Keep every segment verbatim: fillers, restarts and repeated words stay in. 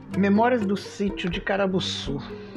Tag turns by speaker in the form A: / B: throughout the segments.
A: Memórias do sítio de Carabuçu.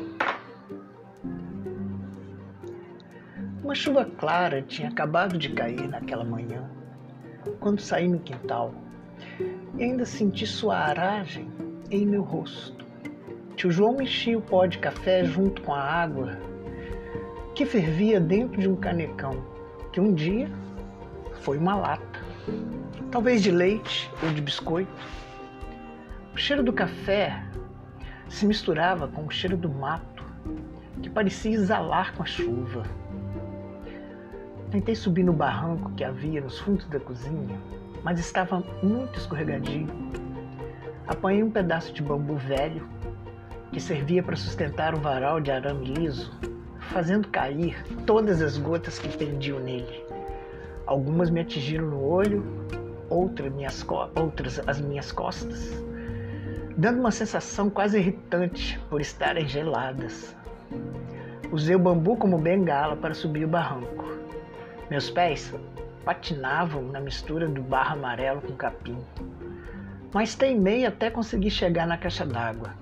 A: Uma chuva clara tinha acabado de cair naquela manhã, quando saí no quintal, e ainda senti sua aragem em meu rosto. Tio João mexia o pó de café junto com a água que fervia dentro de um canecão, que um dia foi uma lata, talvez de leite ou de biscoito. O cheiro do café se misturava com o cheiro do mato, que parecia exalar com a chuva. Tentei subir no barranco que havia nos fundos da cozinha, mas estava muito escorregadio. Apanhei um pedaço de bambu velho, que servia para sustentar o varal de arame liso, fazendo cair todas as gotas que pendiam nele. Algumas me atingiram no olho, outras, minhas co- outras as minhas costas, dando uma sensação quase irritante por estarem geladas. Usei o bambu como bengala para subir o barranco. Meus pés patinavam na mistura do barro amarelo com capim, mas teimei até conseguir chegar na caixa d'água.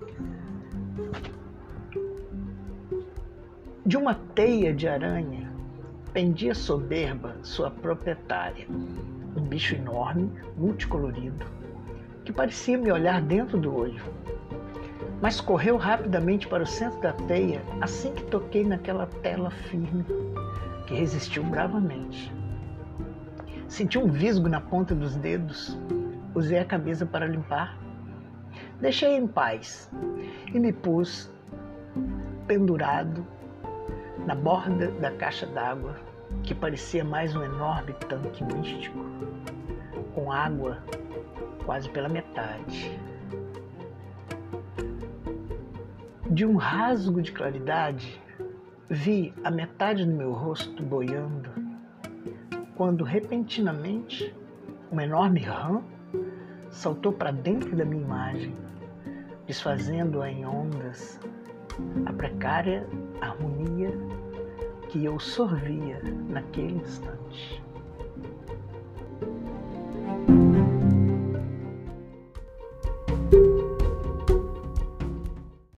A: De uma teia de aranha pendia soberba sua proprietária, um bicho enorme, multicolorido, que parecia me olhar dentro do olho, mas correu rapidamente para o centro da teia assim que toquei naquela tela firme, que resistiu bravamente. Senti um visgo na ponta dos dedos, usei a cabeça para limpar, deixei em paz e me pus pendurado na borda da caixa d'água, que parecia mais um enorme tanque místico, com água quase pela metade. De um rasgo de claridade, vi a metade do meu rosto boiando, quando repentinamente uma enorme rã saltou para dentro da minha imagem, desfazendo-a em ondas, a precária harmonia que eu sorvia naquele instante.